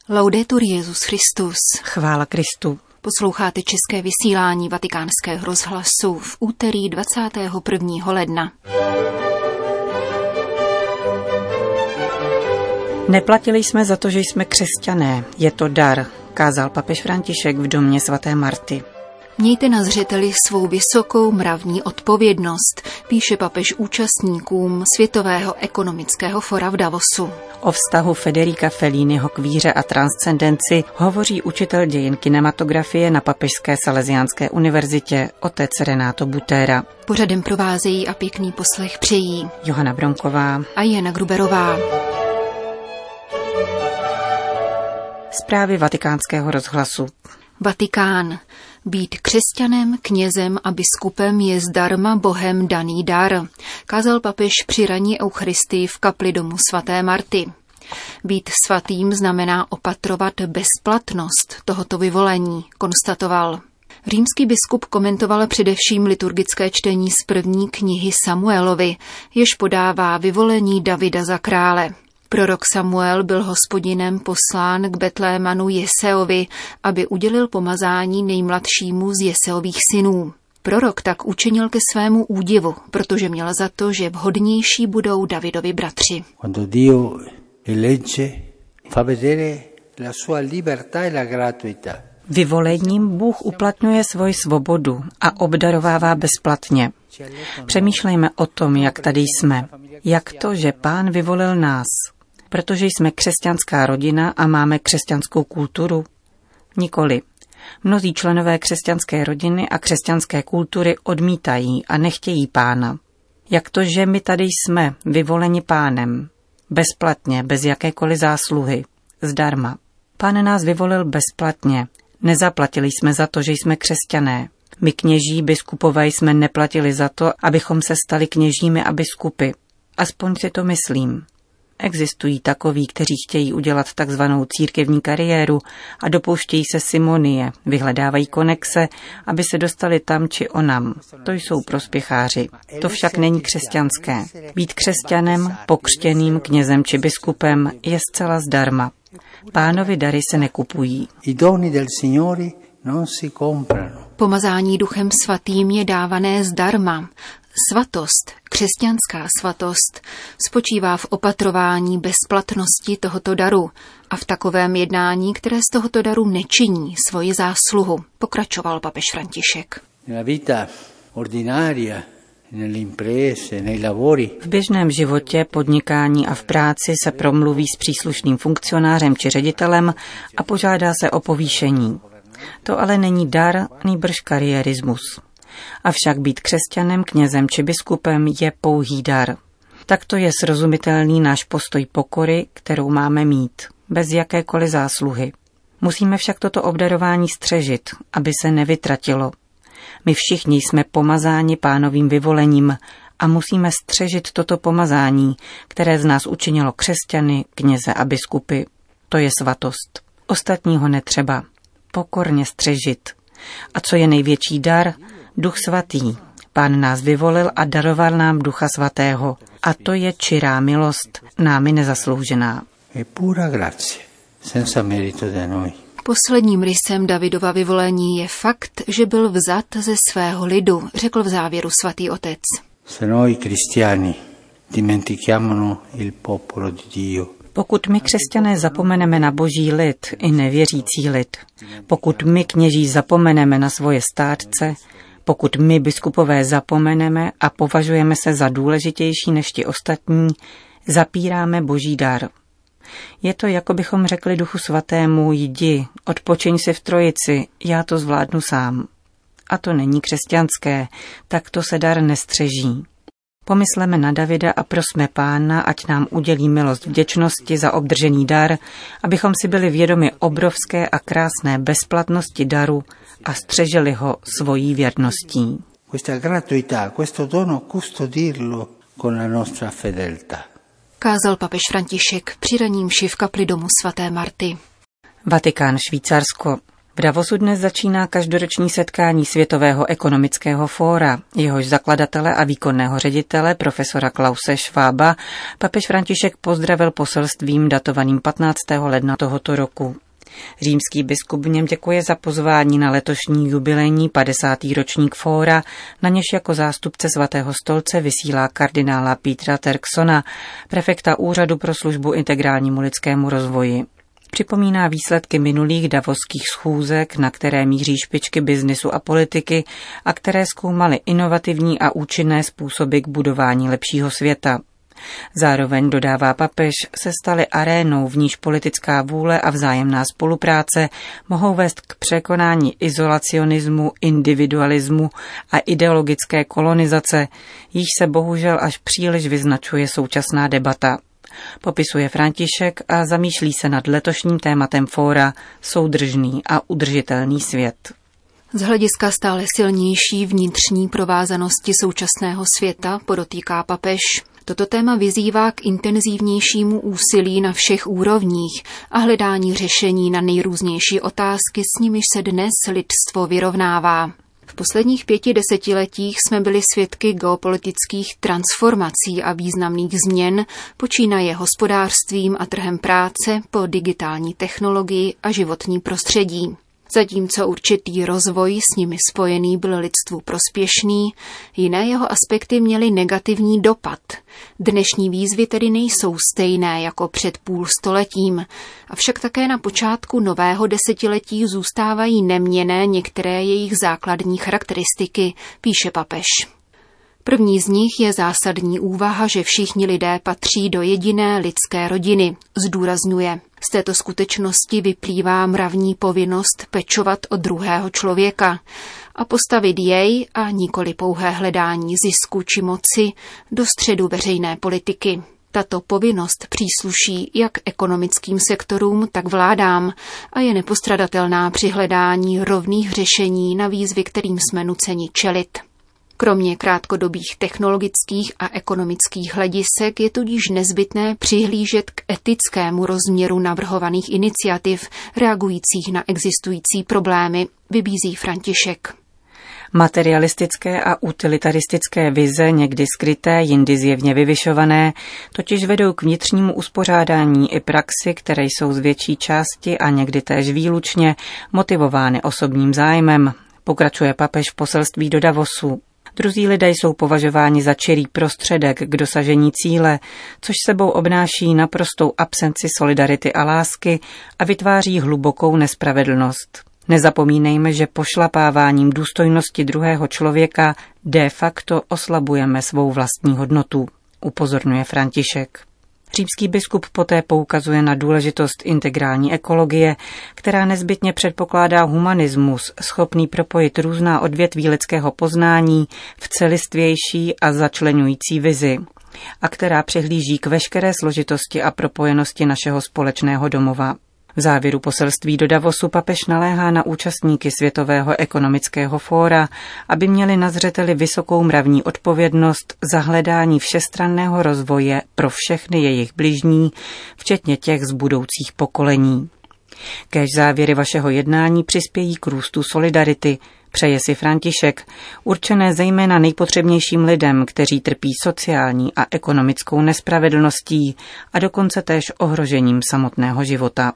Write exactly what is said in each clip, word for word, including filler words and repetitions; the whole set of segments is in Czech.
Laudetur Jesus Christus. Chvála Kristu. Posloucháte české vysílání Vatikánského rozhlasu v úterý dvacátého prvního ledna. Neplatili jsme za to, že jsme křesťané. Je to dar, kázal papež František v domě svaté Marty. Mějte na zřeteli svou vysokou mravní odpovědnost, píše papež účastníkům Světového ekonomického fora v Davosu. O vztahu Federica Felliniho k víře a transcendenci hovoří učitel dějin kinematografie na Papežské salesiánské univerzitě otec Renato Butera. Pořadem provázejí a pěkný poslech přejí Johana Bronková a Jana Gruberová. Zprávy Vatikánského rozhlasu. Vatikán. Být křesťanem, knězem a biskupem je zdarma Bohem daný dar, kázal papež při ranní eucharistii v kapli domu svaté Marty. Být svatým znamená opatrovat bezplatnost tohoto vyvolení, konstatoval. Římský biskup komentoval především liturgické čtení z první knihy Samuelovi, jež podává vyvolení Davida za krále. Prorok Samuel byl Hospodinem poslán k Betlémanu Jeseovi, aby udělil pomazání nejmladšímu z Jeseových synů. Prorok tak učinil ke svému údivu, protože měl za to, že vhodnější budou Davidovi bratři. Vyvolením Bůh uplatňuje svoji svobodu a obdarovává bezplatně. Přemýšlejme o tom, jak tady jsme. Jak to, že Pán vyvolil nás? Protože jsme křesťanská rodina a máme křesťanskou kulturu? Nikoli. Mnozí členové křesťanské rodiny a křesťanské kultury odmítají a nechtějí Pána. Jak to, že my tady jsme, vyvoleni Pánem? Bezplatně, bez jakékoliv zásluhy. Zdarma. Pán nás vyvolil bezplatně. Nezaplatili jsme za to, že jsme křesťané. My kněží, biskupové jsme neplatili za to, abychom se stali kněžími a biskupy. Aspoň si to myslím. Existují takoví, kteří chtějí udělat takzvanou církevní kariéru a dopouštějí se simonie, vyhledávají konexe, aby se dostali tam či onam. To jsou prospěcháři. To však není křesťanské. Být křesťanem, pokřtěným, knězem či biskupem je zcela zdarma. Pánovi dary se nekupují. Pomazání Duchem svatým je dávané zdarma. Svatost, křesťanská svatost, spočívá v opatrování bezplatnosti tohoto daru a v takovém jednání, které z tohoto daru nečiní svoji zásluhu, pokračoval papež František. V běžném životě, podnikání a v práci se promluví s příslušným funkcionářem či ředitelem a požádá se o povýšení. To ale není dar, nýbrž kariérismus. Avšak být křesťanem, knězem či biskupem je pouhý dar. Takto je srozumitelný náš postoj pokory, kterou máme mít, bez jakékoliv zásluhy. Musíme však toto obdarování střežit, aby se nevytratilo. My všichni jsme pomazáni Pánovým vyvolením a musíme střežit toto pomazání, které z nás učinilo křesťany, kněze a biskupy. To je svatost. Ostatního netřeba. Pokorně střežit. A co je největší dar? Duch svatý. Pán nás vyvolil a daroval nám Ducha svatého. A to je čirá milost, námi nezasloužená. Posledním rysem Davidova vyvolení je fakt, že byl vzat ze svého lidu, řekl v závěru svatý otec. Pokud my křesťané zapomeneme na boží lid i nevěřící lid, pokud my kněží zapomeneme na svoje státce, pokud my biskupové zapomeneme a považujeme se za důležitější než ti ostatní, zapíráme boží dar. Je to, jako bychom řekli Duchu svatému, jdi, odpočiň si v trojici, já to zvládnu sám. A to není křesťanské, tak to se dar nestřeží. Pomysleme na Davida a prosme Pána, ať nám udělí milost vděčnosti za obdržený dar, abychom si byli vědomi obrovské a krásné bezplatnosti daru a střežili ho svojí věrností. Kázal papež František při ranní mši v kapli domu svaté Marty. Vatikán, Švýcarsko. V Davosu dnes začíná každoroční setkání Světového ekonomického fóra. Jehož zakladatele a výkonného ředitele, profesora Klause Schwaba, papež František pozdravil poselstvím datovaným patnáctého ledna tohoto roku. Římský biskup v něm děkuje za pozvání na letošní jubilejní padesátý ročník fóra, na něž jako zástupce Svatého stolce vysílá kardinála Petera Turksona, prefekta Úřadu pro službu integrálnímu lidskému rozvoji. Připomíná výsledky minulých davosských schůzek, na které míří špičky biznisu a politiky a které zkoumaly inovativní a účinné způsoby k budování lepšího světa. Zároveň, dodává papež, se staly arénou, v níž politická vůle a vzájemná spolupráce mohou vést k překonání izolacionismu, individualismu a ideologické kolonizace, jíž se bohužel až příliš vyznačuje současná debata. Popisuje František a zamýšlí se nad letošním tématem fóra soudržný a udržitelný svět. Z hlediska stále silnější vnitřní provázanosti současného světa, podotýká papež, toto téma vyzývá k intenzivnějšímu úsilí na všech úrovních a hledání řešení na nejrůznější otázky, s nimiž se dnes lidstvo vyrovnává. V posledních pěti desetiletích jsme byli svědky geopolitických transformací a významných změn, počínaje hospodářstvím a trhem práce po digitální technologii a životní prostředí. Zatímco určitý rozvoj s nimi spojený byl lidstvu prospěšný, jiné jeho aspekty měly negativní dopad. Dnešní výzvy tedy nejsou stejné jako před půl stoletím, avšak také na počátku nového desetiletí zůstávají neměnné některé jejich základní charakteristiky, píše papež. První z nich je zásadní úvaha, že všichni lidé patří do jediné lidské rodiny, zdůrazňuje. Z této skutečnosti vyplývá mravní povinnost pečovat o druhého člověka a postavit jej a nikoli pouhé hledání zisku či moci do středu veřejné politiky. Tato povinnost přísluší jak ekonomickým sektorům, tak vládám a je nepostradatelná při hledání rovných řešení na výzvy, kterým jsme nuceni čelit. Kromě krátkodobých technologických a ekonomických hledisek je tudíž nezbytné přihlížet k etickému rozměru navrhovaných iniciativ reagujících na existující problémy, vybízí František. Materialistické a utilitaristické vize, někdy skryté, jindy zjevně vyvyšované, totiž vedou k vnitřnímu uspořádání i praxi, které jsou z větší části a někdy též výlučně motivovány osobním zájmem, pokračuje papež v poselství do Davosu. Druzí lidé jsou považováni za čirý prostředek k dosažení cíle, což sebou obnáší naprostou absenci solidarity a lásky a vytváří hlubokou nespravedlnost. Nezapomínejme, že pošlapáváním důstojnosti druhého člověka de facto oslabujeme svou vlastní hodnotu, upozorňuje František. Římský biskup poté poukazuje na důležitost integrální ekologie, která nezbytně předpokládá humanismus, schopný propojit různá odvětví lidského poznání v celistvější a začleňující vizi, a která přihlíží k veškeré složitosti a propojenosti našeho společného domova. V závěru poselství do Davosu papež naléhá na účastníky Světového ekonomického fóra, aby měli na zřeteli vysokou mravní odpovědnost za hledání všestranného rozvoje pro všechny jejich bližní, včetně těch z budoucích pokolení. Kéž závěry vašeho jednání přispějí k růstu solidarity, přeje si František, určené zejména nejpotřebnějším lidem, kteří trpí sociální a ekonomickou nespravedlností a dokonce též ohrožením samotného života.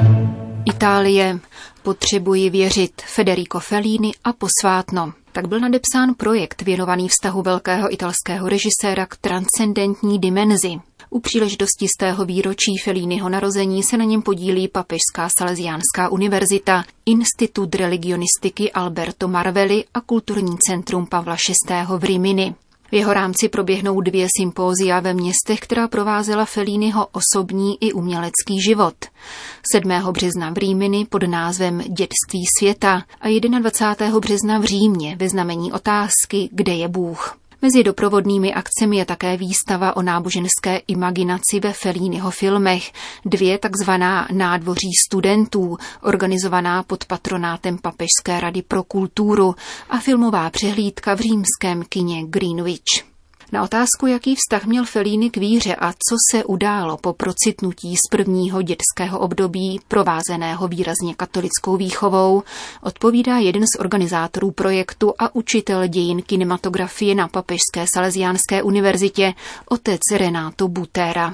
Itálie. Potřebuji věřit. Federico Fellini a posvátno. Tak byl nadepsán projekt věnovaný vztahu velkého italského režiséra k transcendentní dimenzi. U příležitosti stého výročí Felliniho narození se na něm podílí Papežská Salesiánská univerzita, Institut religionistiky Alberto Marvelli a Kulturní centrum Pavla šestého v Rimini. V jeho rámci proběhnou dvě sympózia ve městech, která provázela Felliniho osobní i umělecký život. sedmého března v Rímini pod názvem Dětství světa a dvacátého prvního března v Římě ve znamení otázky Kde je Bůh. Mezi doprovodnými akcemi je také výstava o náboženské imaginaci ve Felliniho filmech, dvě takzvaná nádvoří studentů, organizovaná pod patronátem Papežské rady pro kulturu a filmová přehlídka v římském kině Greenwich. Na otázku, jaký vztah měl Fellini k víře a co se událo po procitnutí z prvního dětského období, provázeného výrazně katolickou výchovou, odpovídá jeden z organizátorů projektu a učitel dějin kinematografie na Papežské salesiánské univerzitě, otec Renato Butera.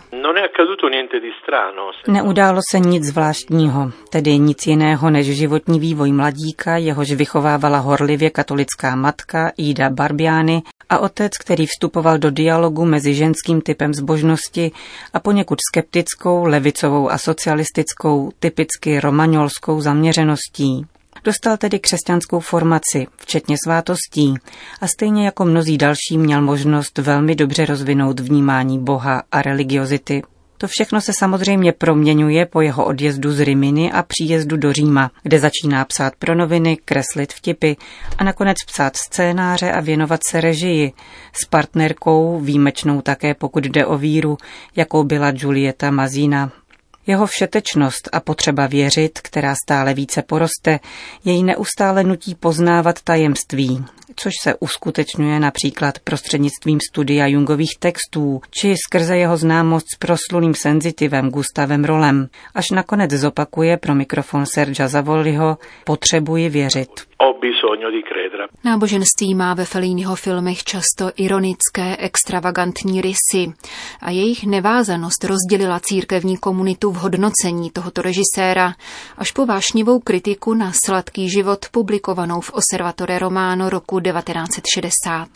Neudálo se nic zvláštního, tedy nic jiného než životní vývoj mladíka, jehož vychovávala horlivě katolická matka Ida Barbiani a otec, který vstupoval do dialogu mezi ženským typem zbožnosti a poněkud skeptickou, levicovou a socialistickou, typicky romaňolskou zaměřeností. Dostal tedy křesťanskou formaci, včetně svátostí, a stejně jako mnozí další měl možnost velmi dobře rozvinout vnímání Boha a religiozity. To všechno se samozřejmě proměňuje po jeho odjezdu z Rimini a příjezdu do Říma, kde začíná psát pro noviny, kreslit vtipy a nakonec psát scénáře a věnovat se režii s partnerkou, výjimečnou také pokud jde o víru, jakou byla Giulietta Masina. Jeho všetečnost a potřeba věřit, která stále více poroste, jej neustále nutí poznávat tajemství, což se uskutečňuje například prostřednictvím studia Jungových textů, či skrze jeho známost s proslulým senzitivem Gustavem Rollem, až nakonec zopakuje pro mikrofon Sergia Zavolliho: potřebuji věřit. Náboženství má ve Felliniho filmech často ironické, extravagantní rysy a jejich nevázanost rozdělila církevní komunitu v hodnocení tohoto režiséra až po vášnivou kritiku na Sladký život publikovanou v Osservatore Romano roku devatenáct set šedesát.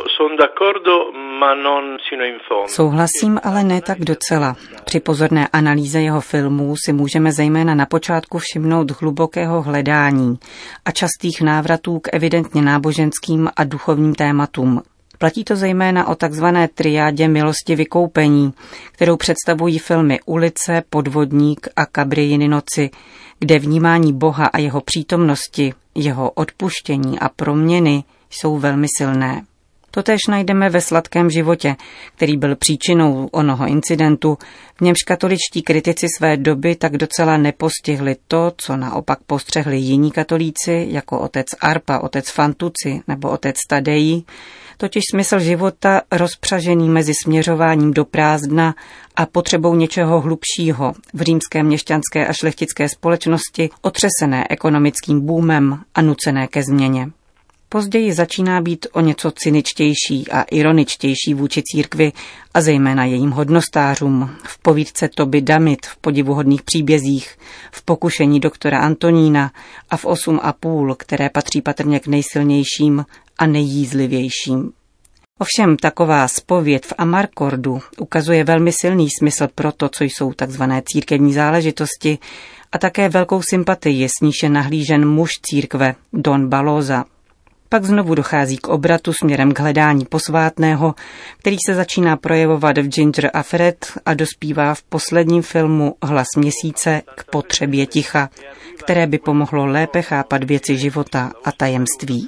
Souhlasím, ale ne tak docela. Při pozorné analýze jeho filmů si můžeme zejména na počátku všimnout hlubokého hledání a častých návratů k evidentně náboženským a duchovním tématům. Platí to zejména o takzvané triádě milosti vykoupení, kterou představují filmy Ulice, Podvodník a Kabryjiny noci, kde vnímání Boha a jeho přítomnosti, jeho odpuštění a proměny jsou velmi silné. Totéž najdeme ve Sladkém životě, který byl příčinou onoho incidentu, v němž katoličtí kritici své doby tak docela nepostihli to, co naopak postřehli jiní katolíci, jako otec Arpa, otec Fantuzzi nebo otec Taddei, totiž smysl života rozpřažený mezi směřováním do prázdna a potřebou něčeho hlubšího v římské měšťanské a šlechtické společnosti, otřesené ekonomickým boomem a nucené ke změně. Později začíná být o něco cyničtější a ironičtější vůči církvi a zejména jejím hodnostářům v povídce Toby Damit v Podivuhodných příbězích, v Pokušení doktora Antonína a v Osm a půl, které patří patrně k nejsilnějším a nejjízlivějším. Ovšem taková zpověď v Amarkordu ukazuje velmi silný smysl pro to, co jsou takzvané církevní záležitosti, a také velkou sympatii, s níž je nahlížen muž církve, Don Balloza. Pak znovu dochází k obratu směrem k hledání posvátného, který se začíná projevovat v Ginger a Fred a dospívá v posledním filmu Hlas měsíce k potřebě ticha, které by pomohlo lépe chápat věci života a tajemství.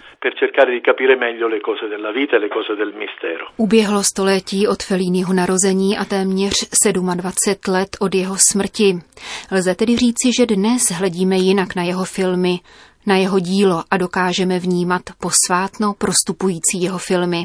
Uběhlo století od Felliniho narození a téměř dvacet sedm let od jeho smrti. Lze tedy říci, že dnes hledíme jinak na jeho filmy, na jeho dílo a dokážeme vnímat posvátno prostupující jeho filmy.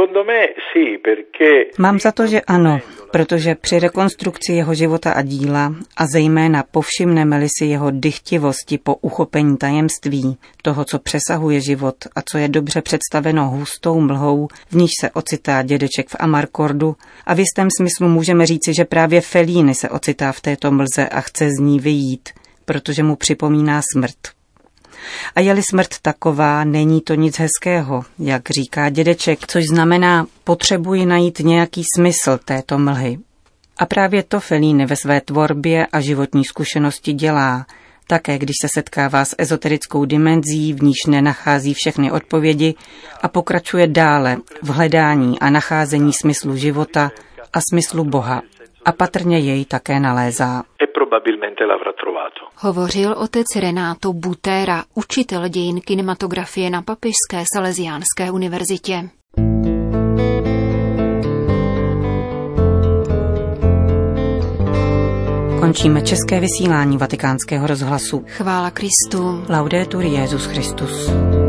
Mám za to, že ano, protože při rekonstrukci jeho života a díla a zejména povšimneme-li si jeho dychtivosti po uchopení tajemství, toho, co přesahuje život a co je dobře představeno hustou mlhou, v níž se ocitá dědeček v Amarkordu, a v jistém smyslu můžeme říci, že právě Fellini se ocitá v této mlze a chce z ní vyjít, protože mu připomíná smrt. A je-li smrt taková, není to nic hezkého, jak říká dědeček, což znamená, potřebuji najít nějaký smysl této mlhy. A právě to Fellini ve své tvorbě a životní zkušenosti dělá, také když se setkává s ezoterickou dimenzí, v níž nenachází všechny odpovědi a pokračuje dále v hledání a nacházení smyslu života a smyslu Boha. A patrně jej také nalézá. Hovořil otec Renato Butera, učitel dějin kinematografie na Papežské salesiánské univerzitě. Končíme české vysílání Vatikánského rozhlasu. Chvála Kristu. Laudetur Jesus Christus.